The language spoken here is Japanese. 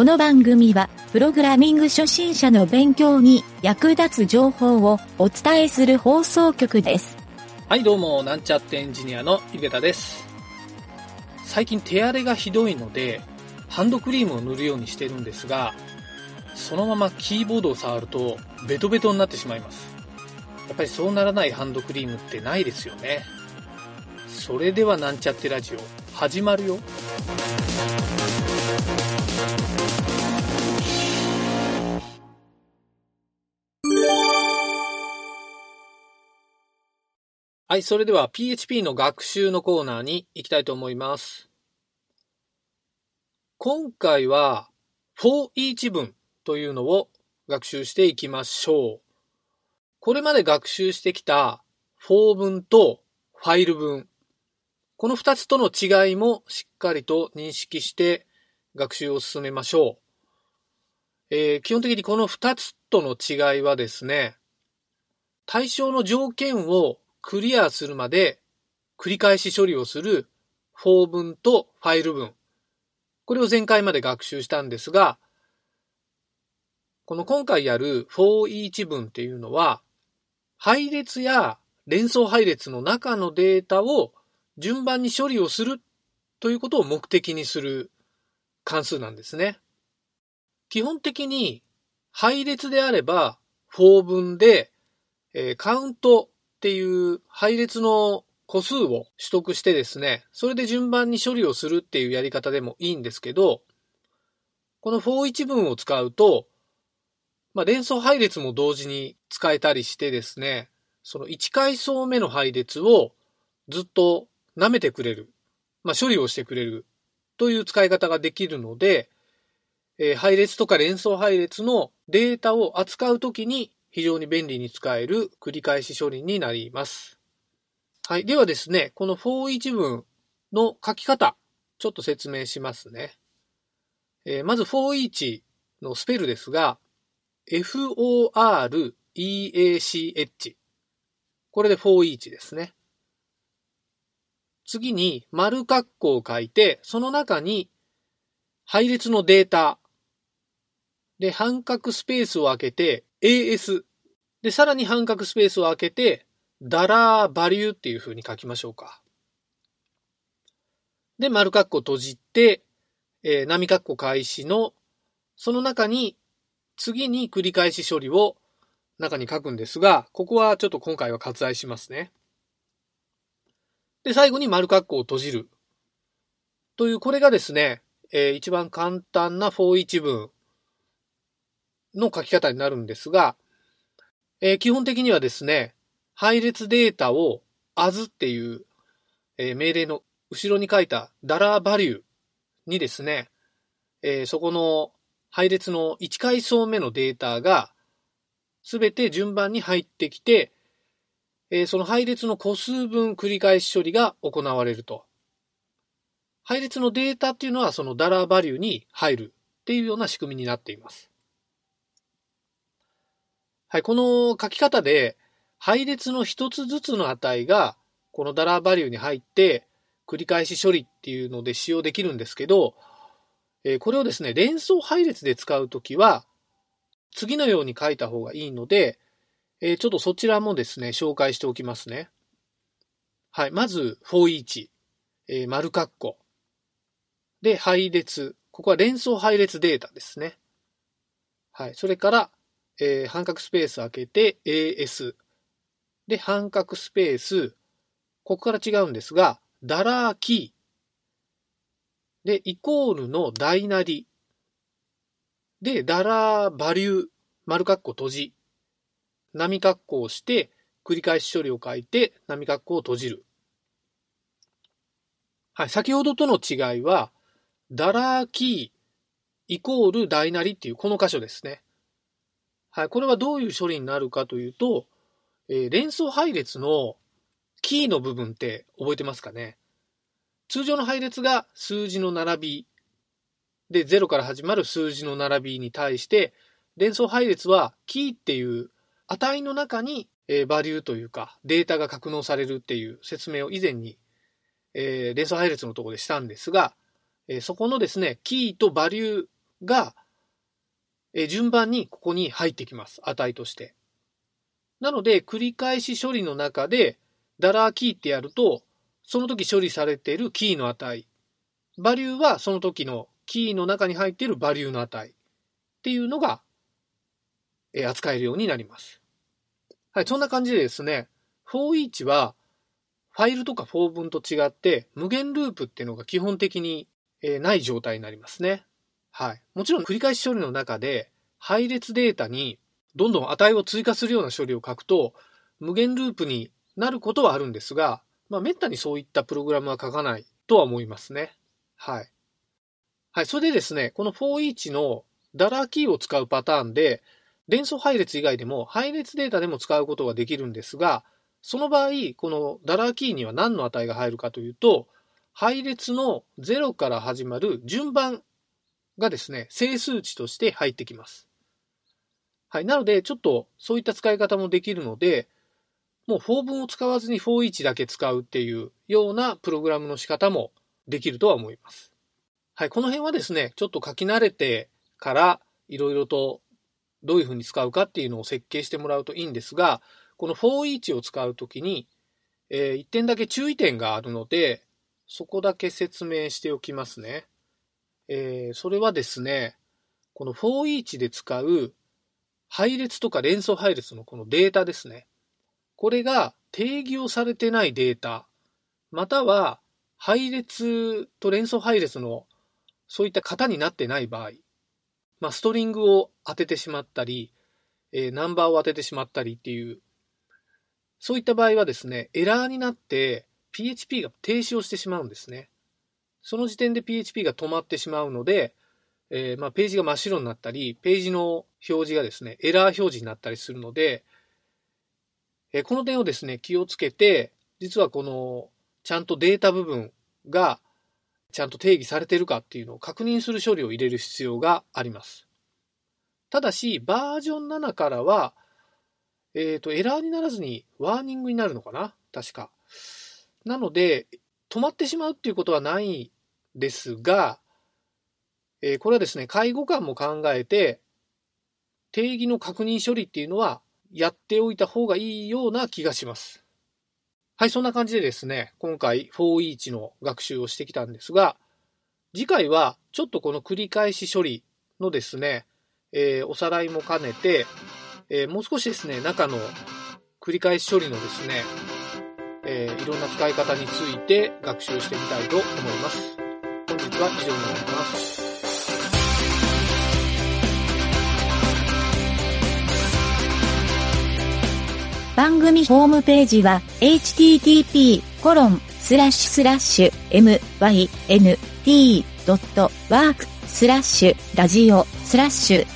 の番組は、プログラミング初心者の勉強に役立つ情報をお伝えする放送局です。 はい、どうも、なんちゃってエンジニアのゆげたです。最近手荒れがひどいので、ハンドクリームを塗るようにしてるんですが、そのままキーボードを触るとベトベトになってしまいます。やっぱりそうならないハンドクリームってないですよね。それではなんちゃってラジオ始まるよ。はい、それでは PHP の学習のコーナーに行きたいと思います。今回は for each 文というのを学習していきましょう。これまで学習してきた for 文とファイル文、この2つとの違いもしっかりと認識して学習を進めましょう。基本的にこの2つとの違いはですね、対象の条件をクリアするまで繰り返し処理をする for 文とファイル文。これを前回まで学習したんですが、この今回やる for each 文っていうのは、配列や連想配列の中のデータを順番に処理をするということを目的にする関数なんですね。基本的に配列であれば for 文で、カウントっていう配列の個数を取得してですね、それで順番に処理をするっていうやり方でもいいんですけど、この for each 文を使うと、連想配列も同時に使えたりしてですね、その1階層目の配列をずっと舐めてくれる、処理をしてくれるという使い方ができるので、配列とか連想配列のデータを扱うときに非常に便利に使える繰り返し処理になります。はい。ではですね、この for each 文の書き方、ちょっと説明しますね。まず for each のスペルですが、FOREACH。これで for each ですね。次に丸括弧を書いて、その中に配列のデータで半角スペースを空けて AS でさらに半角スペースを空けて$value っていう風に書きましょうか。で丸括弧閉じて、波括弧開始のその中に次に繰り返し処理を中に書くんですが、ここはちょっと今回は割愛しますね。で、最後に丸括弧を閉じる。という、これがですね、一番簡単な for each 文の書き方になるんですが、基本的にはですね、配列データを as っていう、命令の後ろに書いた$value にですね、そこの配列の1階層目のデータがすべて順番に入ってきて、その配列の個数分繰り返し処理が行われると。配列のデータっていうのはその$valueに入るっていうような仕組みになっています。はい、この書き方で配列の一つずつの値がこの$valueに入って繰り返し処理っていうので使用できるんですけど、これをですね、連想配列で使うときは次のように書いた方がいいので、ちょっとそちらもですね、紹介しておきますね。はい、まず for each、丸括弧で配列、ここは連想配列データですね。はい、それから、半角スペース開けて AS で半角スペース、ここから違うんですが、$key でイコールの大なりで$value 丸括弧閉じ、波括弧をして繰り返し処理を書いて波括弧を閉じる。はい、先ほどとの違いは$key イコール大なりっていうこの箇所ですね。はい、これはどういう処理になるかというと、連想配列のキーの部分って覚えてますかね。通常の配列が数字の並びで0から始まる数字の並びに対して連想配列はキーっていう値の中にバリューというかデータが格納されるっていう説明を以前に連想配列のところでしたんですが、そこのですねキーとバリューが、順番にここに入ってきます。値として。なので、繰り返し処理の中で、ダラーキーってやると、その時処理されているキーの値。バリューはその時のキーの中に入っているバリューの値っていうのが、扱えるようになります。はい、そんな感じでですね、for each はファイルとかfor文と違って無限ループっていうのが基本的にない状態になりますね。はい。もちろん繰り返し処理の中で配列データにどんどん値を追加するような処理を書くと無限ループになることはあるんですが、めったにそういったプログラムは書かないとは思いますね。はい。はい。それでですね、この for each のダラーキーを使うパターンで、連想配列以外でも配列データでも使うことができるんですが、その場合、このダラーキーには何の値が入るかというと、配列の0から始まる順番がですね、整数値として入ってきます。はい。なので、ちょっとそういった使い方もできるので、もう for 文を使わずに for each だけ使うっていうようなプログラムの仕方もできるとは思います。はい。この辺はですね、ちょっと書き慣れてからいろいろとどういうふうに使うかっていうのを設計してもらうといいんですが、この for each を使うときに、1点だけ注意点があるので、そこだけ説明しておきますね。それはですね、この for each で使う配列とか連想配列のこのデータですね。これが定義をされてないデータ、または配列と連想配列のそういった型になってない場合、ストリングを当ててしまったり、ナンバーを当ててしまったりっていう、そういった場合はですね、エラーになって PHP が停止をしてしまうんですね。その時点で PHP が止まってしまうので、ページが真っ白になったり、ページの表示がですね、エラー表示になったりするので、この点をですね、気をつけて、実はこの、ちゃんとデータ部分がちゃんと定義されているかっていうのを確認する処理を入れる必要があります。ただし、バージョン7からは、エラーにならずにワーニングになるのかな？確か。なので、止まってしまうっていうことはないですが、これはですね、介護官も考えて、定義の確認処理っていうのはやっておいた方がいいような気がします。はい、そんな感じでですね、今回 for each の学習をしてきたんですが、次回はちょっとこの繰り返し処理のですね、おさらいも兼ねて、もう少しですね、中の繰り返し処理のですね、いろんな使い方について学習してみたいと思います。本日は以上になります。 番組ホームページは http://myn.t.work/ラジオ/